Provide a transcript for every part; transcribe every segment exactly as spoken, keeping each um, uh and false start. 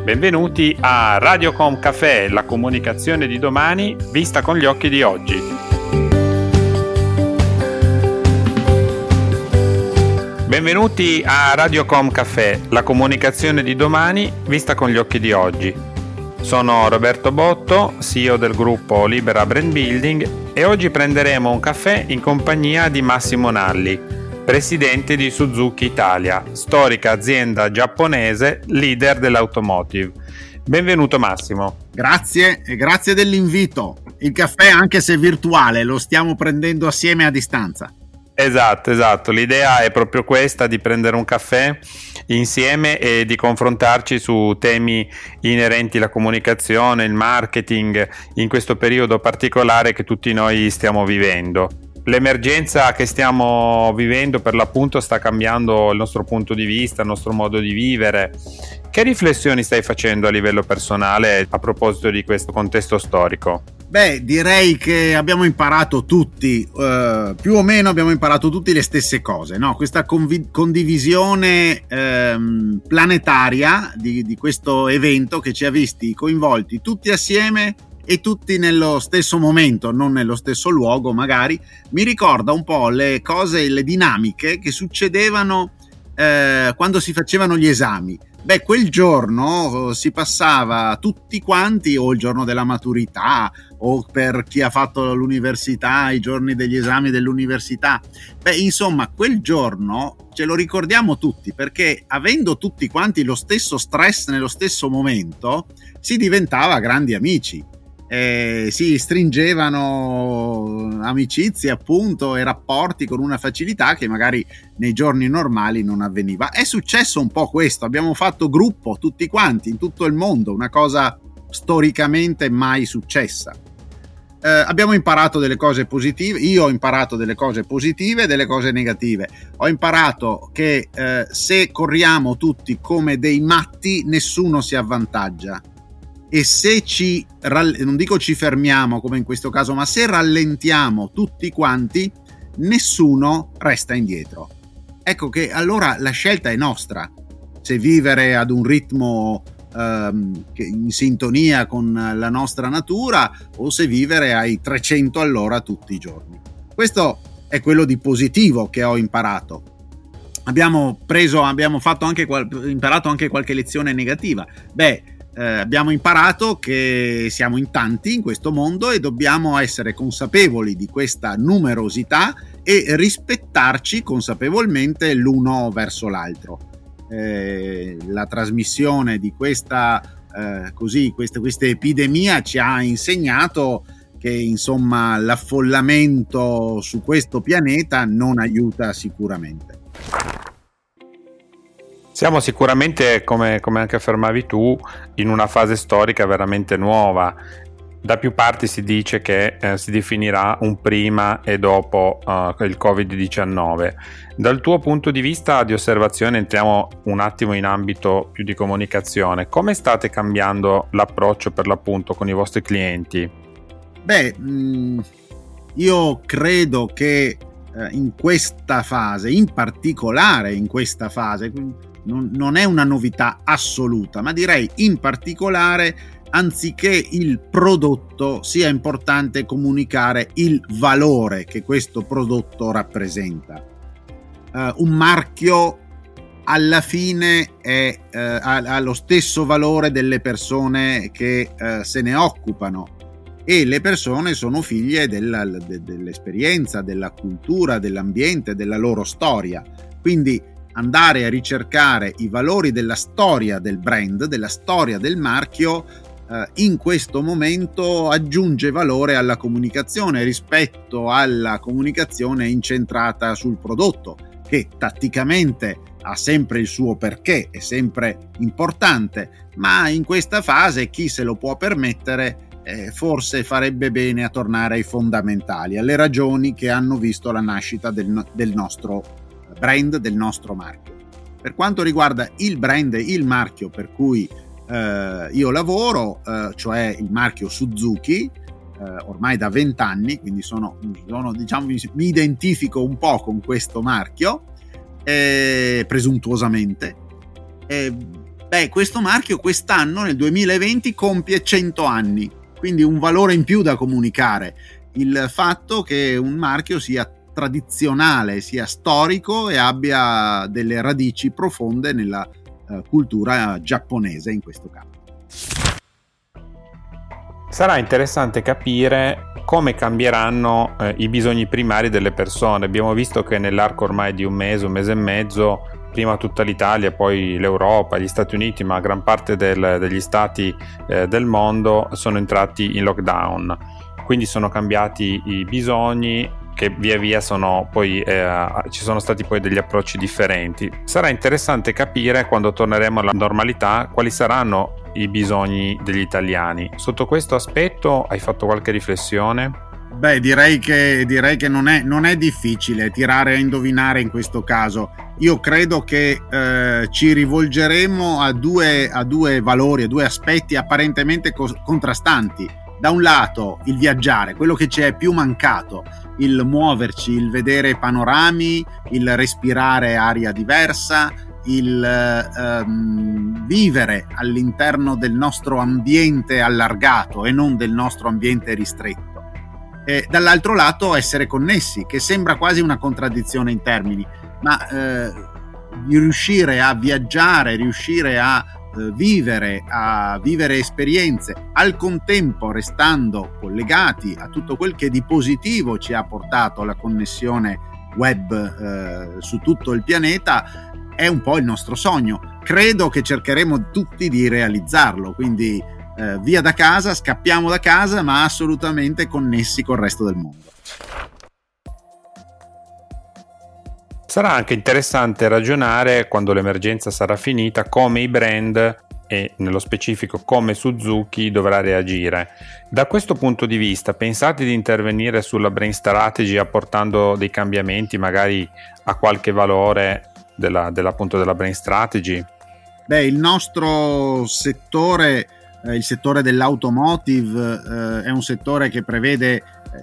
Benvenuti a Radiocom Café, la comunicazione di domani vista con gli occhi di oggi. Benvenuti a Radiocom Café, la comunicazione di domani vista con gli occhi di oggi. Sono Roberto Botto, C E O del gruppo Libera Brand Building, e oggi prenderemo un caffè in compagnia di Massimo Nalli, presidente di Suzuki Italia, storica azienda giapponese leader dell'automotive. Benvenuto Massimo. Grazie e grazie dell'invito. Il caffè, anche se virtuale, lo stiamo prendendo assieme a distanza. Esatto, esatto. L'idea è proprio questa, di prendere un caffè insieme e di confrontarci su temi inerenti alla comunicazione, il marketing, in questo periodo particolare che tutti noi stiamo vivendo. L'emergenza che stiamo vivendo per l'appunto sta cambiando il nostro punto di vista, il nostro modo di vivere. Che riflessioni stai facendo a livello personale a proposito di questo contesto storico? Beh, direi che abbiamo imparato tutti, eh, più o meno abbiamo imparato tutti le stesse cose, no? Questa convi- condivisione ehm, planetaria di, di questo evento che ci ha visti coinvolti tutti assieme e tutti nello stesso momento, non nello stesso luogo magari, mi ricorda un po' le cose, le dinamiche che succedevano eh, quando si facevano gli esami. Beh, quel giorno si passava tutti quanti, o il giorno della maturità, o per chi ha fatto l'università, i giorni degli esami dell'università. Beh, insomma, quel giorno ce lo ricordiamo tutti, perché avendo tutti quanti lo stesso stress nello stesso momento, si diventava grandi amici. Eh, si stringevano amicizie appunto e rapporti con una facilità che magari nei giorni normali non avveniva. È successo un po' questo, abbiamo fatto gruppo tutti quanti in tutto il mondo, una cosa storicamente mai successa. Eh, abbiamo imparato delle cose positive, io ho imparato delle cose positive e delle cose negative. Ho imparato che eh, se corriamo tutti come dei matti nessuno si avvantaggia. E se ci, non dico ci fermiamo come in questo caso, ma se rallentiamo tutti quanti, nessuno resta indietro. Ecco che allora la scelta è nostra, se vivere ad un ritmo ehm, in sintonia con la nostra natura o se vivere ai trecento all'ora tutti i giorni. Questo è quello di positivo che ho imparato. Abbiamo preso, abbiamo fatto anche imparato anche qualche lezione negativa. Beh, Eh, abbiamo imparato che siamo in tanti in questo mondo e dobbiamo essere consapevoli di questa numerosità e rispettarci consapevolmente l'uno verso l'altro. Eh, la trasmissione di questa, eh, così, questa, questa epidemia ci ha insegnato che insomma l'affollamento su questo pianeta non aiuta sicuramente. Siamo sicuramente, come, come anche affermavi tu, in una fase storica veramente nuova. Da più parti si dice che eh, si definirà un prima e dopo uh, il covid diciannove. Dal tuo punto di vista di osservazione, entriamo un attimo in ambito più di comunicazione. Come state cambiando l'approccio per l'appunto con i vostri clienti? Beh, mh, io credo che eh, in questa fase, in particolare in questa fase, Non, non è una novità assoluta, ma direi in particolare, anziché il prodotto, sia importante comunicare il valore che questo prodotto rappresenta. Uh, un marchio alla fine è, uh, ha, ha lo stesso valore delle persone che uh, se ne occupano, e le persone sono figlie della, de, dell'esperienza, della cultura, dell'ambiente, della loro storia. Quindi andare a ricercare i valori della storia del brand, della storia del marchio, eh, in questo momento aggiunge valore alla comunicazione rispetto alla comunicazione incentrata sul prodotto, che tatticamente ha sempre il suo perché, è sempre importante, ma in questa fase chi se lo può permettere eh, forse farebbe bene a tornare ai fondamentali, alle ragioni che hanno visto la nascita del, del nostro brand, del nostro marchio. Per quanto riguarda il brand e il marchio per cui eh, io lavoro, eh, cioè il marchio Suzuki, eh, ormai da vent'anni, quindi sono, sono diciamo mi, mi identifico un po' con questo marchio, eh, presuntuosamente. Eh, Beh, questo marchio quest'anno, nel duemilaventi, compie cento anni, quindi un valore in più da comunicare. Il fatto che un marchio sia tradizionale, sia storico e abbia delle radici profonde nella uh, cultura giapponese in questo caso. Sarà interessante capire come cambieranno eh, i bisogni primari delle persone. Abbiamo visto che nell'arco ormai di un mese, un mese e mezzo, prima tutta l'Italia, poi l'Europa, gli Stati Uniti, ma gran parte del, degli stati eh, del mondo sono entrati in lockdown. Quindi sono cambiati i bisogni, che via via sono poi eh, ci sono stati poi degli approcci differenti. Sarà interessante capire, quando torneremo alla normalità, quali saranno i bisogni degli italiani. Sotto questo aspetto hai fatto qualche riflessione? Beh, direi che, direi che non è, non è difficile tirare a indovinare in questo caso. Io credo che eh, ci rivolgeremo a due, a due valori, a due aspetti apparentemente co- contrastanti. Da un lato il viaggiare, quello che ci è più mancato, il muoverci, il vedere panorami, il respirare aria diversa, il ehm, vivere all'interno del nostro ambiente allargato e non del nostro ambiente ristretto. E dall'altro lato essere connessi, che sembra quasi una contraddizione in termini, ma eh, riuscire a viaggiare, riuscire a eh, vivere, a vivere esperienze, al contempo restando collegati a tutto quel che di positivo ci ha portato la connessione web eh, su tutto il pianeta, è un po' il nostro sogno. Credo che cercheremo tutti di realizzarlo, quindi eh, via da casa, scappiamo da casa, ma assolutamente connessi col resto del mondo. Sarà anche interessante ragionare, quando l'emergenza sarà finita, come i brand e nello specifico come Suzuki dovrà reagire. Da questo punto di vista, pensate di intervenire sulla brand strategy apportando dei cambiamenti, magari a qualche valore della, dell'appunto della brand strategy? Beh, il nostro settore, eh, il settore dell'automotive, eh, è un settore che prevede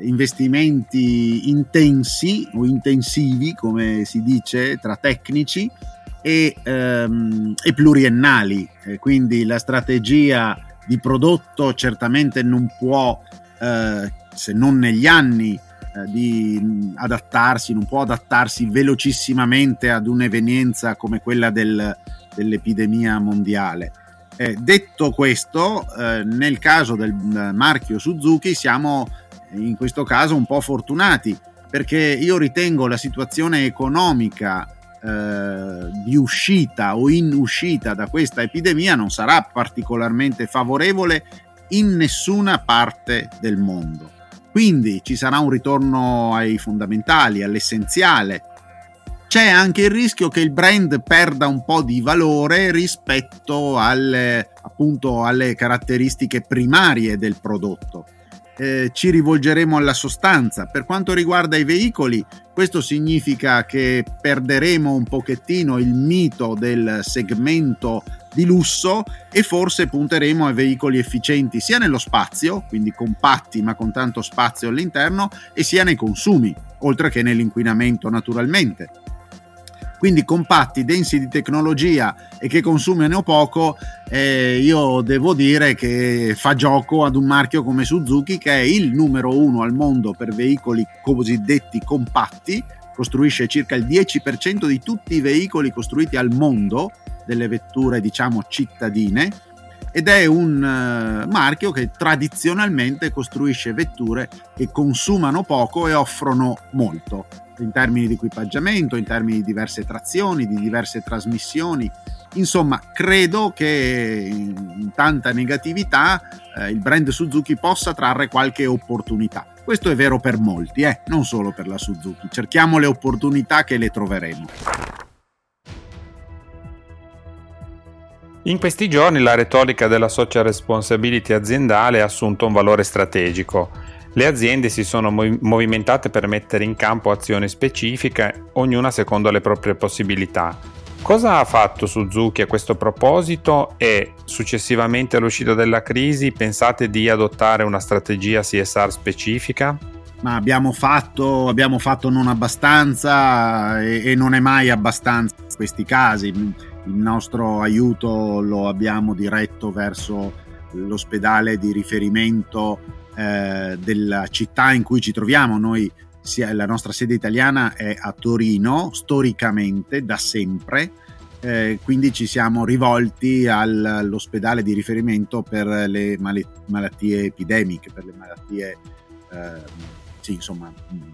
investimenti intensi o intensivi, come si dice tra tecnici, e, ehm, e pluriennali, e quindi la strategia di prodotto certamente non può, eh, se non negli anni, eh, di adattarsi, non può adattarsi velocissimamente ad un'evenienza come quella del, dell'epidemia mondiale. Eh, detto questo, eh, nel caso del marchio Suzuki siamo in questo caso un po' fortunati, perché io ritengo la situazione economica eh, di uscita o in uscita da questa epidemia non sarà particolarmente favorevole in nessuna parte del mondo. Quindi ci sarà un ritorno ai fondamentali, all'essenziale. C'è anche il rischio che il brand perda un po' di valore rispetto alle, appunto, alle caratteristiche primarie del prodotto. Eh, ci rivolgeremo alla sostanza. Per quanto riguarda i veicoli, questo significa che perderemo un pochettino il mito del segmento di lusso e forse punteremo a veicoli efficienti sia nello spazio, quindi compatti ma con tanto spazio all'interno, e sia nei consumi, oltre che nell'inquinamento naturalmente. Quindi compatti, densi di tecnologia e che consumino poco, eh, io devo dire che fa gioco ad un marchio come Suzuki, che è il numero uno al mondo per veicoli cosiddetti compatti, costruisce circa il dieci per cento di tutti i veicoli costruiti al mondo, delle vetture diciamo cittadine, ed è un uh, marchio che tradizionalmente costruisce vetture che consumano poco e offrono molto, in termini di equipaggiamento, in termini di diverse trazioni, di diverse trasmissioni. Insomma, credo che in tanta negatività eh, il brand Suzuki possa trarre qualche opportunità. Questo è vero per molti, eh, non solo per la Suzuki. Cerchiamo le opportunità, che le troveremo. In questi giorni la retorica della social responsibility aziendale ha assunto un valore strategico. Le aziende si sono mov- movimentate per mettere in campo azioni specifiche, ognuna secondo le proprie possibilità. Cosa ha fatto Suzuki a questo proposito e, successivamente all'uscita della crisi, pensate di adottare una strategia C S R specifica? Ma abbiamo fatto, abbiamo fatto non abbastanza e, e non è mai abbastanza in questi casi. il nostro aiuto lo abbiamo diretto verso l'ospedale di riferimento eh, della città in cui ci troviamo. Noi, sia, la nostra sede italiana è a Torino, storicamente, da sempre, eh, quindi ci siamo rivolti al, all'ospedale di riferimento per le mal- malattie epidemiche, per le malattie eh, sì, insomma,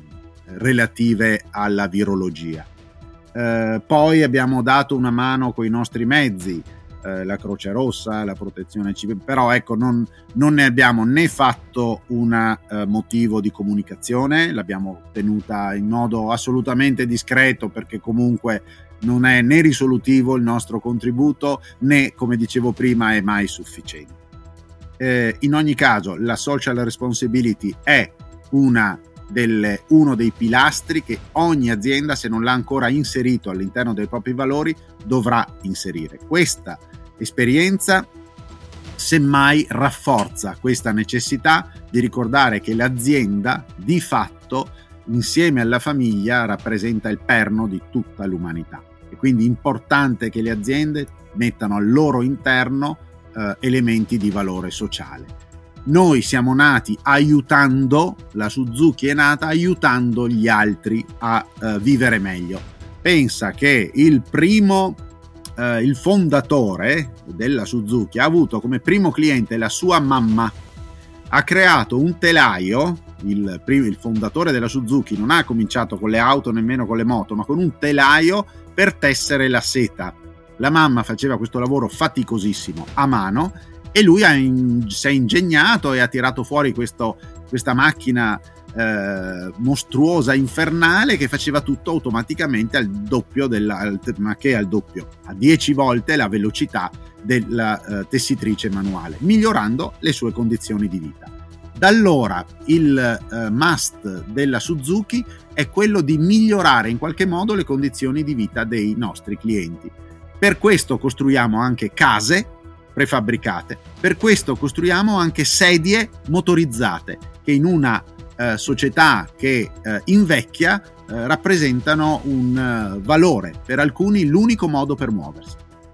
relative alla virologia. Eh, poi abbiamo dato una mano con i nostri mezzi, eh, la Croce Rossa, la Protezione Civile, però ecco non, non ne abbiamo né fatto un eh, motivo di comunicazione, l'abbiamo tenuta in modo assolutamente discreto, perché comunque non è né risolutivo il nostro contributo, né, come dicevo prima, è mai sufficiente. Eh, in ogni caso la social responsibility è una Delle, uno dei pilastri che ogni azienda, se non l'ha ancora inserito all'interno dei propri valori, dovrà inserire. Questa esperienza semmai rafforza questa necessità di ricordare che l'azienda di fatto, insieme alla famiglia, rappresenta il perno di tutta l'umanità, e quindi è importante che le aziende mettano al loro interno eh, elementi di valore sociale. Noi siamo nati aiutando, la Suzuki è nata aiutando gli altri a uh, vivere meglio. Pensa che il primo, uh, il fondatore della Suzuki ha avuto come primo cliente la sua mamma, ha creato un telaio, il, prim- il fondatore della Suzuki non ha cominciato con le auto, nemmeno con le moto, ma con un telaio per tessere la seta. La mamma faceva questo lavoro faticosissimo a mano, e lui ha in, si è ingegnato e ha tirato fuori questo, questa macchina eh, mostruosa, infernale, che faceva tutto automaticamente al doppio della, al, ma che al doppio, a dieci volte la velocità della eh, tessitrice manuale, migliorando le sue condizioni di vita. Da allora il eh, must della Suzuki è quello di migliorare in qualche modo le condizioni di vita dei nostri clienti. Per questo costruiamo anche case prefabbricate, per questo costruiamo anche sedie motorizzate che in una eh, società che eh, invecchia eh, rappresentano un eh, valore, per alcuni l'unico modo per muoversi.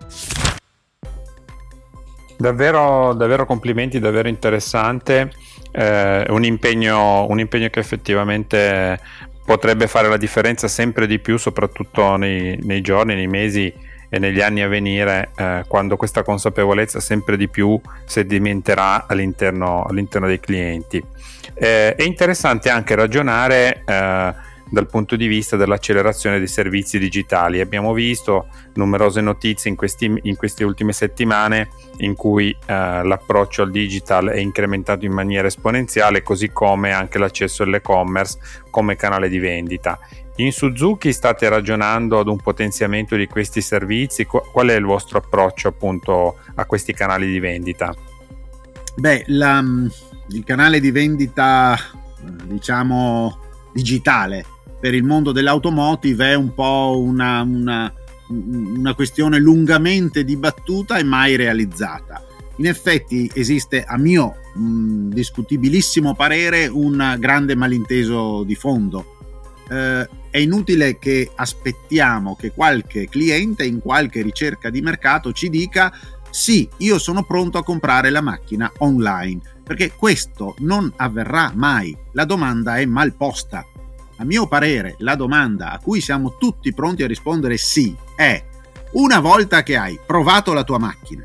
Davvero, davvero complimenti, davvero interessante, eh, un impegno, un impegno che effettivamente potrebbe fare la differenza sempre di più, soprattutto nei, nei giorni, nei mesi e negli anni a venire, eh, quando questa consapevolezza sempre di più sedimenterà all'interno, all'interno dei clienti. Eh, è interessante anche ragionare eh, dal punto di vista dell'accelerazione dei servizi digitali. Abbiamo visto numerose notizie in, questi, in queste ultime settimane in cui eh, l'approccio al digital è incrementato in maniera esponenziale, così come anche l'accesso all'e-commerce come canale di vendita. In Suzuki state ragionando ad un potenziamento di questi servizi? Qual è il vostro approccio appunto a questi canali di vendita? Beh, la, il canale di vendita, diciamo, digitale per il mondo dell'automotive è un po' una, una, una questione lungamente dibattuta e mai realizzata. In effetti esiste, a mio mh, discutibilissimo parere, un grande malinteso di fondo. Eh, è inutile che aspettiamo che qualche cliente in qualche ricerca di mercato ci dica sì, io sono pronto a comprare la macchina online, perché questo non avverrà mai. La domanda è mal posta. A mio parere, la domanda a cui siamo tutti pronti a rispondere sì è: una volta che hai provato la tua macchina,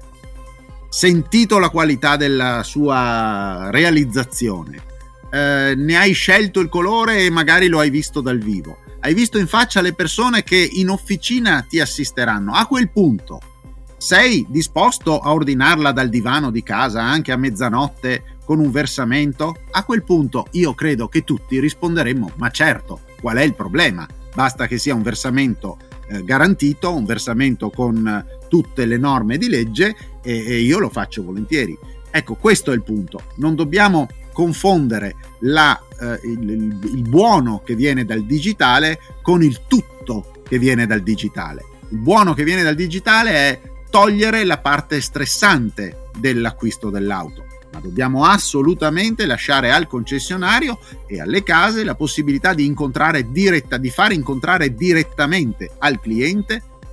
sentito la qualità della sua realizzazione, eh, ne hai scelto il colore e magari lo hai visto dal vivo, hai visto in faccia le persone che in officina ti assisteranno, a quel punto sei disposto a ordinarla dal divano di casa anche a mezzanotte con un versamento? A quel punto io credo che tutti risponderemmo: ma certo, qual è il problema? Basta che sia un versamento eh, garantito, un versamento con eh, tutte le norme di legge, e, e io lo faccio volentieri. Ecco, questo è il punto. Non dobbiamo confondere la, eh, il, il, il buono che viene dal digitale con il tutto che viene dal digitale. Il buono che viene dal digitale è togliere la parte stressante dell'acquisto dell'auto, ma dobbiamo assolutamente lasciare al concessionario e alle case la possibilità di incontrare diretta, di far incontrare direttamente al cliente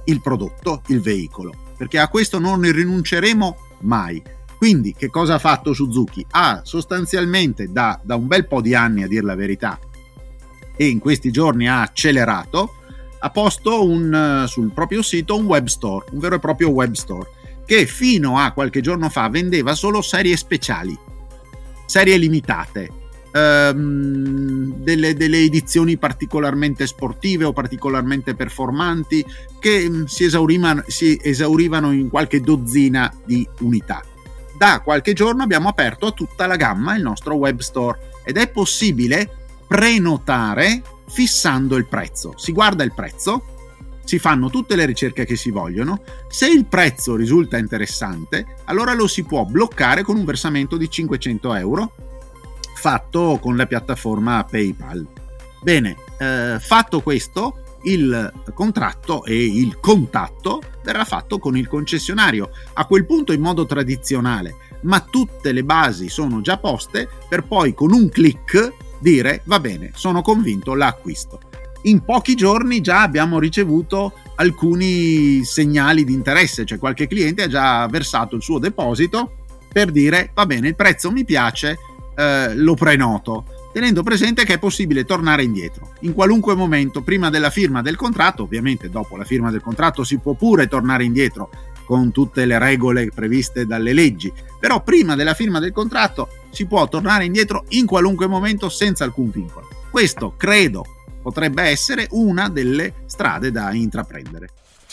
il prodotto, il veicolo, perché a questo non ne rinunceremo mai. Quindi che cosa ha fatto Suzuki? Ha sostanzialmente da, da un bel po' di anni, a dir la verità, e in questi giorni ha accelerato, ha posto un, sul proprio sito un web store, un vero e proprio web store, che fino a qualche giorno fa vendeva solo serie speciali, serie limitate, ehm, delle, delle edizioni particolarmente sportive o particolarmente performanti che mh, si esaurivano, si esaurivano in qualche dozzina di unità. Da qualche giorno abbiamo aperto a tutta la gamma il nostro web store ed è possibile prenotare fissando il prezzo. Si guarda il prezzo, si fanno tutte le ricerche che si vogliono, se il prezzo risulta interessante allora lo si può bloccare con un versamento di cinquecento euro fatto con la piattaforma PayPal. Bene, eh, fatto questo, il contratto e il contatto verrà fatto con il concessionario, a quel punto in modo tradizionale, ma tutte le basi sono già poste per poi con un click dire va bene, sono convinto, l'acquisto. In pochi giorni già abbiamo ricevuto alcuni segnali di interesse, cioè qualche cliente ha già versato il suo deposito per dire va bene, il prezzo mi piace, eh, lo prenoto, tenendo presente che è possibile tornare indietro in qualunque momento prima della firma del contratto. Ovviamente dopo la firma del contratto si può pure tornare indietro con tutte le regole previste dalle leggi, però prima della firma del contratto si può tornare indietro in qualunque momento senza alcun vincolo. Questo credo potrebbe essere una delle strade da intraprendere.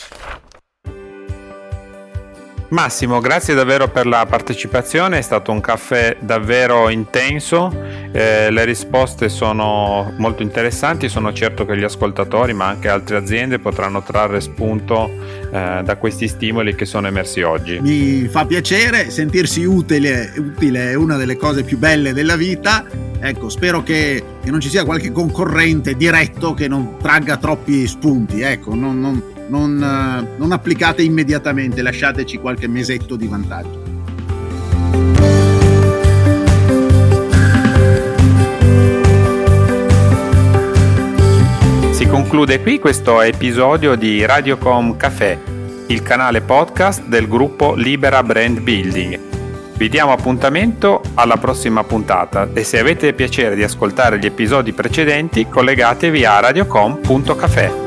Massimo, grazie davvero per la partecipazione, è stato un caffè davvero intenso, eh, le risposte sono molto interessanti, sono certo che gli ascoltatori ma anche altre aziende potranno trarre spunto eh, da questi stimoli che sono emersi oggi. Mi fa piacere sentirsi utile, utile è una delle cose più belle della vita. Ecco, spero che, che non ci sia qualche concorrente diretto che non tragga troppi spunti, ecco, non, non, non, uh, non applicate immediatamente, lasciateci qualche mesetto di vantaggio. Si conclude qui questo episodio di Radiocom Café, il canale podcast del gruppo Libera Brand Building. Vi diamo appuntamento alla prossima puntata e se avete piacere di ascoltare gli episodi precedenti collegatevi a radiocom punto café.